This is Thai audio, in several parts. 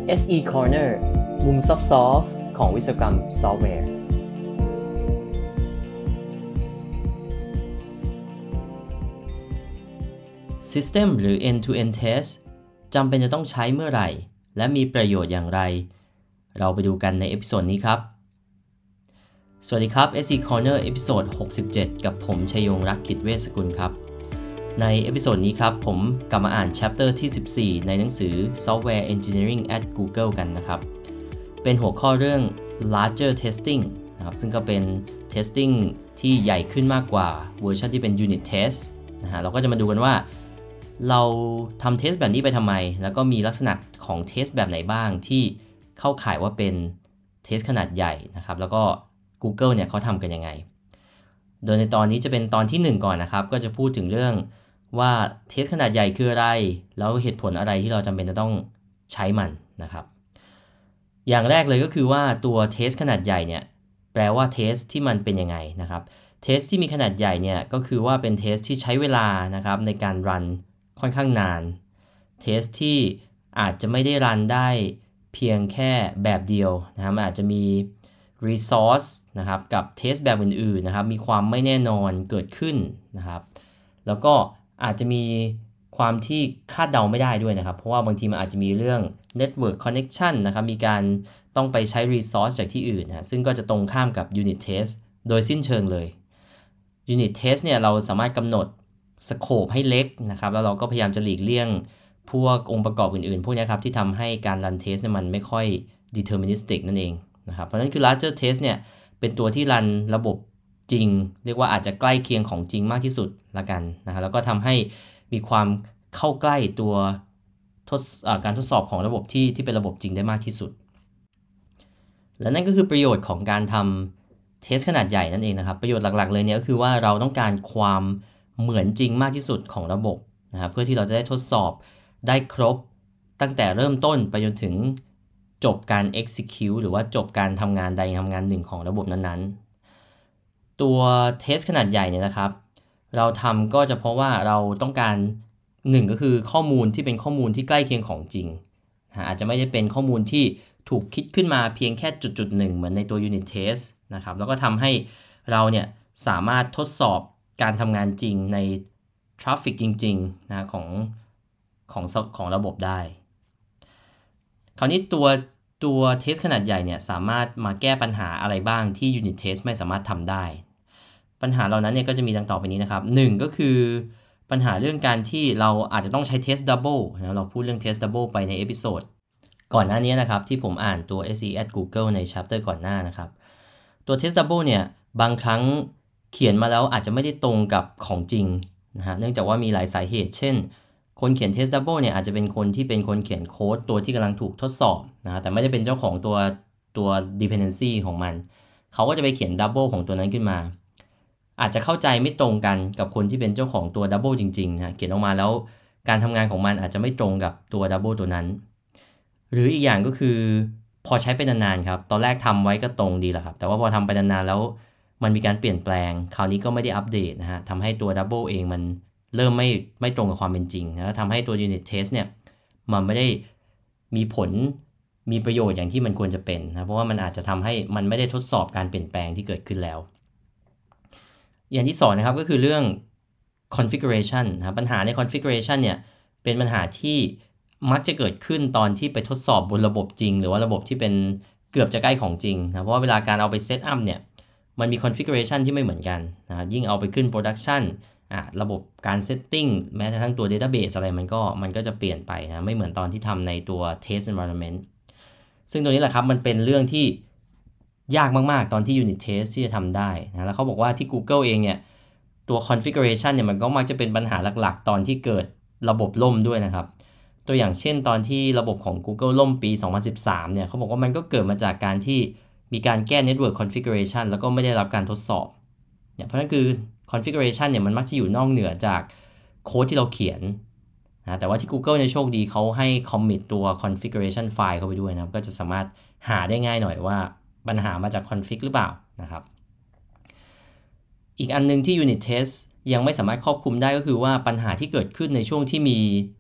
SE Corner มุมซอฟต์ๆของวิศวกรรมซอฟต์แวร์ System หรือ End-to-End Test จำเป็นจะต้องใช้เมื่อไหร่และมีประโยชน์อย่างไรเราไปดูกันในเอพิโซดนี้ครับสวัสดีครับ SE Corner เอพิโซด67กับผมชัยยงรักขิตเวชสกุลครับในเอพิโซดนี้ครับผมกลับมาอ่าน chapter ที่14ในหนังสือ Software Engineering at Google กันนะครับเป็นหัวข้อเรื่อง larger testing นะครับซึ่งก็เป็น testing ที่ใหญ่ขึ้นมากกว่าเวอร์ชันที่เป็น unit test นะฮะเราก็จะมาดูกันว่าเราทำเทสแบบนี้ไปทำไมแล้วก็มีลักษณะของเทสแบบไหนบ้างที่เข้าข่ายว่าเป็นเทสขนาดใหญ่นะครับแล้วก็ Google เนี่ยเขาทำกันยังไงโดยในตอนนี้จะเป็นตอนที่1ก่อนนะครับก็จะพูดถึงเรื่องว่าเทสขนาดใหญ่คืออะไรแล้วเหตุผลอะไรที่เราจำเป็นจะต้องใช้มันนะครับอย่างแรกเลยก็คือว่าตัวเทสขนาดใหญ่เนี่ยแปลว่าเทสที่มันเป็นยังไงนะครับเทสที่มีขนาดใหญ่เนี่ยก็คือว่าเป็นเทสที่ใช้เวลานะครับในการรันค่อนข้างนานเทสที่อาจจะไม่ได้รันได้เพียงแค่แบบเดียวนะครับอาจจะมี resource นะครับกับเทสแบบอื่นๆนะครับมีความไม่แน่นอนเกิดขึ้นนะครับแล้วก็อาจจะมีความที่คาดเดาไม่ได้ด้วยนะครับเพราะว่าบางทีมันอาจจะมีเรื่อง network connection นะครับมีการต้องไปใช้ resource จากที่อื่นนะซึ่งก็จะตรงข้ามกับ unit test โดยสิ้นเชิงเลย unit test เนี่ยเราสามารถกำหนดสโคปให้เล็กนะครับแล้วเราก็พยายามจะหลีกเลี่ยงพวกองค์ประกอบอื่นๆพวกนี้ครับที่ทำให้การ run test เนี่ยมันไม่ค่อย deterministic นั่นเองนะครับเพราะฉะนั้นคือ larger test เนี่ยเป็นตัวที่รันระบบจริงเรียกว่าอาจจะใกล้เคียงของจริงมากที่สุดละกันนะครับแล้วก็ทำให้มีความเข้าใกล้ตัวการทดสอบของระบบที่เป็นระบบจริงได้มากที่สุดและนั่นก็คือประโยชน์ของการทำเทสขนาดใหญ่นั่นเองนะครับประโยชน์หลักๆเลยเนี่ยก็คือว่าเราต้องการความเหมือนจริงมากที่สุดของระบบนะครับเพื่อที่เราจะได้ทดสอบได้ครบตั้งแต่เริ่มต้นไปจนถึงจบการ execute หรือว่าจบการทำงานใดทำงานหนึ่งของระบบนั้นๆตัวเทสขนาดใหญ่เนี่ยนะครับเราทำก็จะเพราะว่าเราต้องการ1ก็คือข้อมูลที่เป็นข้อมูลที่ใกล้เคียงของจริงอาจจะไม่ได้เป็นข้อมูลที่ถูกคิดขึ้นมาเพียงแค่จุดๆหนึ่งเหมือนในตัว unit test นะครับแล้วก็ทำให้เราเนี่ยสามารถทดสอบการทำงานจริงในทราฟฟิกจริงๆนะของระบบได้คราวนี้ตัวเทสขนาดใหญ่เนี่ยสามารถมาแก้ปัญหาอะไรบ้างที่ unit test ไม่สามารถทำได้ปัญหาเหล่านั้นเนี่ยก็จะมีดังต่อไปนี้นะครับ1ก็คือปัญหาเรื่องการที่เราอาจจะต้องใช้ test double นะเราพูดเรื่อง test double ไปในเอพิโซดก่อนหน้านี้นะครับที่ผมอ่านตัว SE at Google ใน chapter ก่อนหน้านะครับตัว test double เนี่ยบางครั้งเขียนมาแล้วอาจจะไม่ได้ตรงกับของจริงนะฮะเนื่องจากว่ามีหลายสาเหตุเช่นคนเขียน test double เนี่ยอาจจะเป็นคนที่เป็นคนเขียนโค้ดตัวที่กำลังถูกทดสอบนะแต่ไม่ได้เป็นเจ้าของตัว dependency ของมันเขาก็จะไปเขียน double ของตัวนั้นขึ้นมาอาจจะเข้าใจไม่ตรงกันกับคนที่เป็นเจ้าของตัว double จริงๆนะเขียนออกมาแล้วการทำงานของมันอาจจะไม่ตรงกับตัว double ตัวนั้นหรืออีกอย่างก็คือพอใช้ไปนานๆครับตอนแรกทำไว้ก็ตรงดีแหละครับแต่ว่าพอทำไปนานๆแล้วมันมีการเปลี่ยนแปลงคราวนี้ก็ไม่ได้อัปเดตนะฮะทำให้ตัว double เองมันเริ่มไม่ตรงกับความเป็นจริงนะทำให้ตัว unit test เนี่ยมันไม่ได้มีผลมีประโยชน์อย่างที่มันควรจะเป็นนะเพราะว่ามันอาจจะทำให้มันไม่ได้ทดสอบการเปลี่ยนแปลงที่เกิดขึ้นแล้วอย่างที่2นะครับก็คือเรื่อง configuration นะปัญหาใน configuration เนี่ยเป็นปัญหาที่มักจะเกิดขึ้นตอนที่ไปทดสอบบนระบบจริงหรือว่าระบบที่เป็นเกือบจะใกล้ของจริงนะเพราะว่าเวลาการเอาไปเซตอัพเนี่ยมันมี configuration ที่ไม่เหมือนกันนะยิ่งเอาไปขึ้น production ระบบการเซตติ้งแม้กระทั่งตัว database อะไรมันก็จะเปลี่ยนไปนะไม่เหมือนตอนที่ทำในตัว test environment ซึ่งตัวนี้แหละครับมันเป็นเรื่องที่ยากมากๆตอนที่ unit test ที่จะทำได้นะแล้วเขาบอกว่าที่ Google เองเนี่ยตัว configuration เนี่ยมันก็มักจะเป็นปัญหาหลักๆตอนที่เกิดระบบล่มด้วยนะครับตัวอย่างเช่นตอนที่ระบบของ Google ล่มปี 2013 เนี่ยเขาบอกว่ามันก็เกิดมาจากการที่มีการแก้ network configuration แล้วก็ไม่ได้รับการทดสอบเนี่ยเพราะนั่นคือ configuration เนี่ยมันมักจะอยู่นอกเหนือจากโค้ดที่เราเขียนนะแต่ว่าที่ Google ในโชคดีเขาให้ commit ตัว configuration file เข้าไปด้วยนะครับก็จะสามารถหาได้ง่ายหน่อยว่าปัญหามาจาก config หรือเปล่านะครับอีกอันนึงที่ unit test ยังไม่สามารถครอบคลุมได้ก็คือว่าปัญหาที่เกิดขึ้นในช่วงที่มี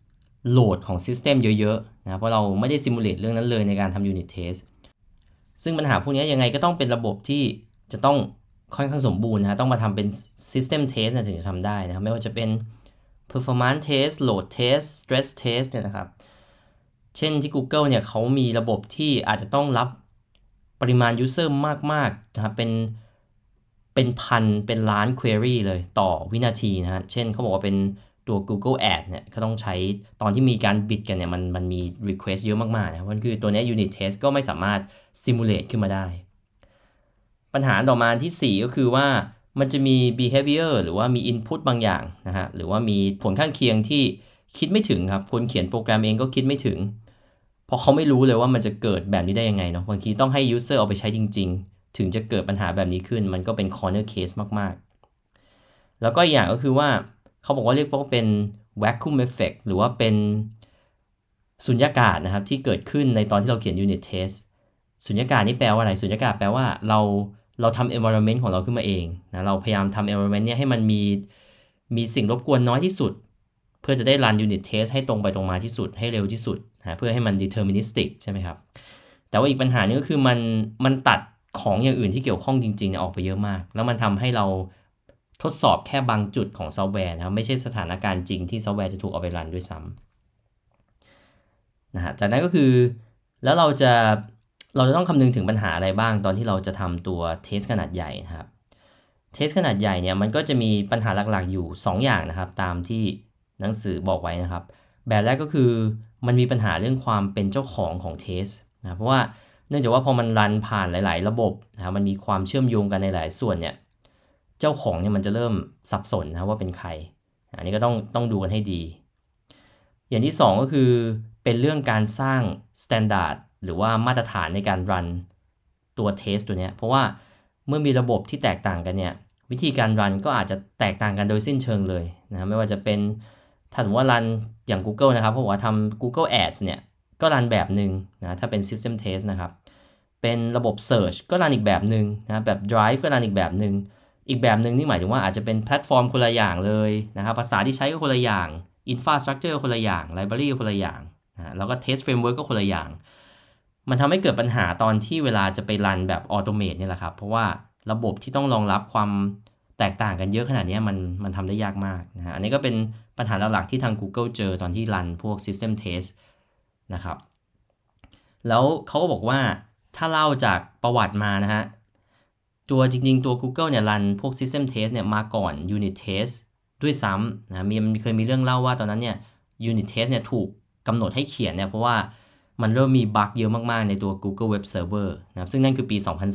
โหลดของ System เยอะๆนะเพราะเราไม่ได้ simulate เรื่องนั้นเลยในการทำ unit test ซึ่งปัญหาพวกนี้ยังไงก็ต้องเป็นระบบที่จะต้องค่อนข้างสมบูรณ์นะต้องมาทำเป็น system test นะถึงจะทำได้นะครับไม่ว่าจะเป็น performance test load test stress test เนี่ยนะครับเช่นที่ Google เนี่ยเขามีระบบที่อาจจะต้องรับปริมาณ user มากๆนะครับเป็นพันเป็นล้าน query เลยต่อวินาทีนะฮะเช่นเขาบอกว่าเป็นตัว Google Ad เนี่ยเขาต้องใช้ตอนที่มีการบิดกันเนี่ยมันมี request เยอะมากๆนะมันคือตัวนี้ unit test ก็ไม่สามารถ simulate ขึ้นมาได้ปัญหาต่อมาที่ 4 ก็คือว่ามันจะมี behavior หรือว่ามี input บางอย่างนะฮะหรือว่ามีผลข้างเคียงที่คิดไม่ถึงครับคนเขียนโปรแกรมเองก็คิดไม่ถึงเพราะเขาไม่รู้เลยว่ามันจะเกิดแบบนี้ได้ยังไงเนาะบางทีต้องให้ user เอาไปใช้จริงๆถึงจะเกิดปัญหาแบบนี้ขึ้นมันก็เป็น corner case มากๆแล้วก็อีกอย่างก็คือว่าเขาบอกว่าเรียกว่าเป็น vacuum effect หรือว่าเป็นสุญญากาศนะครับที่เกิดขึ้นในตอนที่เราเขียน unit test สุญญากาศนี่แปลว่าอะไรสุญญากาศแปลว่าเราทำ environment ของเราขึ้นมาเองนะเราพยายามทำ environment เนี่ยให้มันมีสิ่งรบกวนน้อยที่สุดเพื่อจะได้ run unit test ให้ตรงไปตรงมาที่สุดให้เร็วที่สุดนะเพื่อให้มัน deterministic ใช่ไหมครับแต่ว่าอีกปัญหานึงก็คือมันตัดของอย่างอื่นที่เกี่ยวข้องจริงๆออกไปเยอะมากแล้วมันทำให้เราทดสอบแค่บางจุดของซอฟต์แวร์นะครับไม่ใช่สถานการณ์จริงที่ซอฟต์แวร์จะถูกเอาไปรันด้วยซ้ำนะฮะจากนั้นก็คือแล้วเราจะต้องคำนึงถึงปัญหาอะไรบ้างตอนที่เราจะทำตัวเทสขนาดใหญ่นะครับเทสขนาดใหญ่เนี่ยมันก็จะมีปัญหาหลักๆอยู่2 อย่างนะครับตามที่หนังสือบอกไว้นะครับแบบแรกก็คือมันมีปัญหาเรื่องความเป็นเจ้าของเทสนะเพราะว่าเนื่องจากว่าพอมันรันผ่านหลายๆระบบนะครับมันมีความเชื่อมโยงกันในหลายส่วนเนี่ยเจ้าของเนี่ยมันจะเริ่มสับสนนะว่าเป็นใครอันนี้ก็ต้องดูกันให้ดีอย่างที่2ก็คือเป็นเรื่องการสร้าง standard หรือว่ามาตรฐานในการรันตัวเทสตัวนี้เพราะว่าเมื่อมีระบบที่แตกต่างกันเนี่ยวิธีการรันก็อาจจะแตกต่างกันโดยสิ้นเชิงเลยนะไม่ว่าจะเป็นถ้าสมมติว่ารันอย่าง Google นะครับเพราะว่าทำ Google Ads เนี่ยก็รันแบบหนึ่งนะถ้าเป็น System Test นะครับเป็นระบบ Search ก็รันอีกแบบหนึ่งนะแบบ Drive ก็รันอีกแบบหนึ่งอีกแบบหนึ่งนี่หมายถึงว่าอาจจะเป็นแพลตฟอร์มคนละอย่างเลยนะครับภาษาที่ใช้ก็คนละอย่าง Infrastructure คนละอย่าง Library คนละอย่างนะแล้วก็ Test Framework ก็คนละอย่างมันทำให้เกิดปัญหาตอนที่เวลาจะไปรันแบบออโตเมตเนี่ยแหละครับเพราะว่าระบบที่ต้องรองรับความแตกต่างกันเยอะขนาดนี้มันทำได้ยากมากนะฮะอันนี้ก็เป็นปัญหาหลักๆที่ทาง Google เจอตอนที่รันพวก System Test นะครับแล้วเขาก็บอกว่าถ้าเล่าจากประวัติมานะฮะตัวจริงๆตัว Google เนี่ยรันพวก System Test เนี่ยมาก่อน Unit Test ด้วยซ้ำนะเคยมีเรื่องเล่าว่าตอนนั้นเนี่ย Unit Test เนี่ยถูกกำหนดให้เขียนเนี่ยเพราะว่ามันเริ่มมีบั๊กเยอะมากๆในตัว Google Web Server นะครับซึ่งนั่นคือปี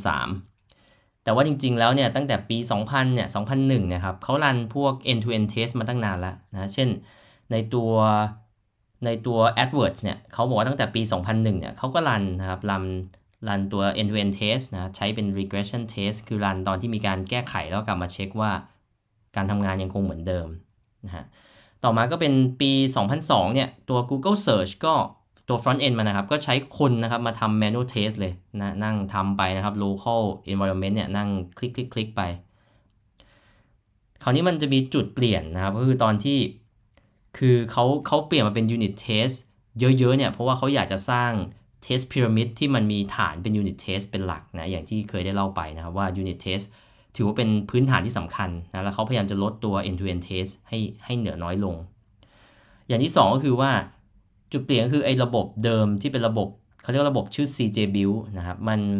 2003 แต่ว่าจริงๆแล้วเนี่ยตั้งแต่ปี 2000 เนี่ย 2001 เนี่ยครับเขารันพวก end-to-end test มาตั้งนานแล้วนะเช่นในตัว AdWords เนี่ยเขาบอกว่าตั้งแต่ปี 2001 เนี่ยเขาก็รันนะครับรันตัว end-to-end test นะใช้เป็น regression test คือรันตอนที่มีการแก้ไขแล้วกลับมาเช็คว่าการทำงานยังคงเหมือนเดิมนะฮะต่อมาก็เป็นปี 2002 เนี่ยตัว Google Search ก็ตัว front end มันนะครับก็ใช้คนนะครับมาทำ manual test เลยนะนั่งทำไปนะครับ local environment เนี่ยนั่งคลิกไปคราวนี้มันจะมีจุดเปลี่ยนนะครับก็คือตอนที่คือเขาเปลี่ยนมาเป็น unit test เยอะๆเนี่ยเพราะว่าเขาอยากจะสร้าง test pyramid ที่มันมีฐานเป็น unit test เป็นหลักนะอย่างที่เคยได้เล่าไปนะครับว่า unit test ถือว่าเป็นพื้นฐานที่สำคัญนะแล้วเขาพยายามจะลดตัว end-to-end test ให้เหลือน้อยลงอย่างที่2ก็คือว่าจุดเปลี่ยนก็คือไอ้ระบบเดิมที่เป็นระบบเขาเรียกว่าระบบชื่อ CJ Build นะครับ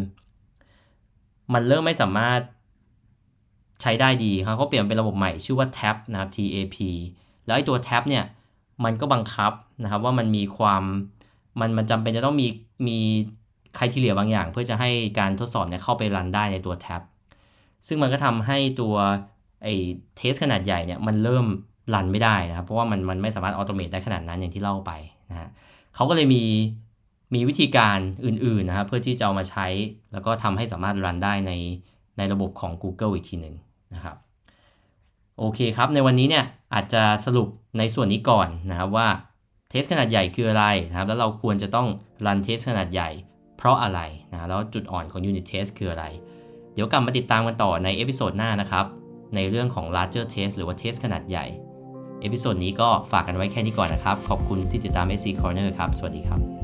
มันเริ่มไม่สามารถใช้ได้ดีครับเขาเปลี่ยนเป็นระบบใหม่ชื่อว่า TAP นะครับ TAP แล้วไอ้ตัว TAP เนี่ยมันก็บังคับนะครับว่ามันมีความมันจำเป็นจะต้องมีcriteria บางอย่างเพื่อจะให้การทดสอบเนี่ยเข้าไปรันได้ในตัว TAP ซึ่งมันก็ทำให้ตัวไอ้เทสขนาดใหญ่เนี่ยมันเริ่มรันไม่ได้นะครับเพราะว่ามันไม่สามารถออโตเมตได้ขนาดนั้นอย่างที่เล่าไปนะฮะเขาก็เลยมีวิธีการอื่นๆนะครับเพื่อที่จะเอามาใช้แล้วก็ทำให้สามารถรันได้ในระบบของ Google อีกทีหนึ่งนะครับโอเคครับในวันนี้เนี่ยอาจจะสรุปในส่วนนี้ก่อนนะครับว่าเทสขนาดใหญ่คืออะไรนะครับแล้วเราควรจะต้องรันเทสขนาดใหญ่เพราะอะไรนะแล้วจุดอ่อนของ Unit Test คืออะไรเดี๋ยวกลับมาติดตามกันต่อในเอพิโซดหน้านะครับในเรื่องของ larger test หรือว่า test ขนาดใหญ่เอพิโซดนี้ก็ฝากกันไว้แค่นี้ก่อนนะครับขอบคุณที่ติดตาม SC Corner ครับสวัสดีครับ